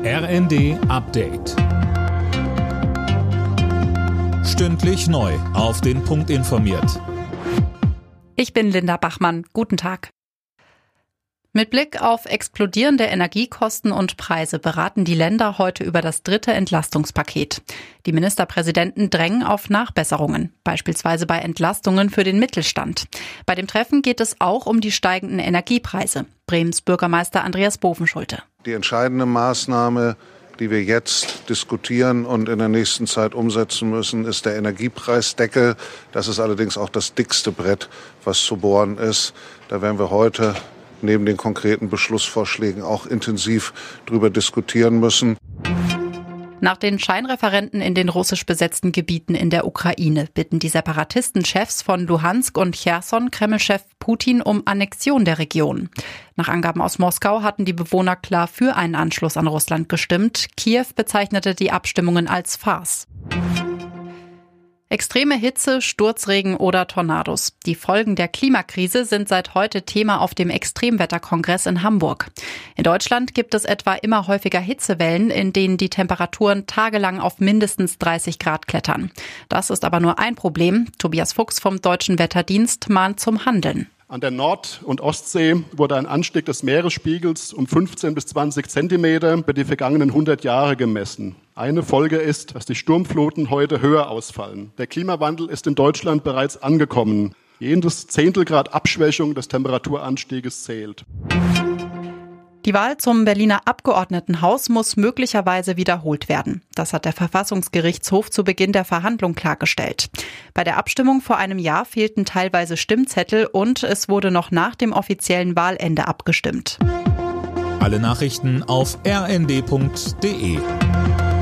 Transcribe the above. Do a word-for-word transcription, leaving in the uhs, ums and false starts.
R N D Update. Stündlich neu auf den Punkt informiert. Ich bin Linda Bachmann. Guten Tag. Mit Blick auf explodierende Energiekosten und Preise beraten die Länder heute über das dritte Entlastungspaket. Die Ministerpräsidenten drängen auf Nachbesserungen, beispielsweise bei Entlastungen für den Mittelstand. Bei dem Treffen geht es auch um die steigenden Energiepreise. Bremens Bürgermeister Andreas Bovenschulte. Die entscheidende Maßnahme, die wir jetzt diskutieren und in der nächsten Zeit umsetzen müssen, ist der Energiepreisdeckel. Das ist allerdings auch das dickste Brett, was zu bohren ist. Da werden wir heute neben den konkreten Beschlussvorschlägen auch intensiv drüber diskutieren müssen. Nach den Scheinreferenden in den russisch besetzten Gebieten in der Ukraine bitten die Separatistenchefs von Luhansk und Cherson Kreml-Chef Putin um Annexion der Region. Nach Angaben aus Moskau hatten die Bewohner klar für einen Anschluss an Russland gestimmt. Kiew bezeichnete die Abstimmungen als Farce. Extreme Hitze, Sturzregen oder Tornados. Die Folgen der Klimakrise sind seit heute Thema auf dem Extremwetterkongress in Hamburg. In Deutschland gibt es etwa immer häufiger Hitzewellen, in denen die Temperaturen tagelang auf mindestens dreißig Grad klettern. Das ist aber nur ein Problem. Tobias Fuchs vom Deutschen Wetterdienst mahnt zum Handeln. An der Nord- und Ostsee wurde ein Anstieg des Meeresspiegels um fünfzehn bis zwanzig Zentimeter über die vergangenen hundert Jahre gemessen. Eine Folge ist, dass die Sturmfluten heute höher ausfallen. Der Klimawandel ist in Deutschland bereits angekommen. Jedes Zehntelgrad Abschwächung des Temperaturanstieges zählt. Die Wahl zum Berliner Abgeordnetenhaus muss möglicherweise wiederholt werden. Das hat der Verfassungsgerichtshof zu Beginn der Verhandlung klargestellt. Bei der Abstimmung vor einem Jahr fehlten teilweise Stimmzettel und es wurde noch nach dem offiziellen Wahlende abgestimmt. Alle Nachrichten auf r n d punkt d e.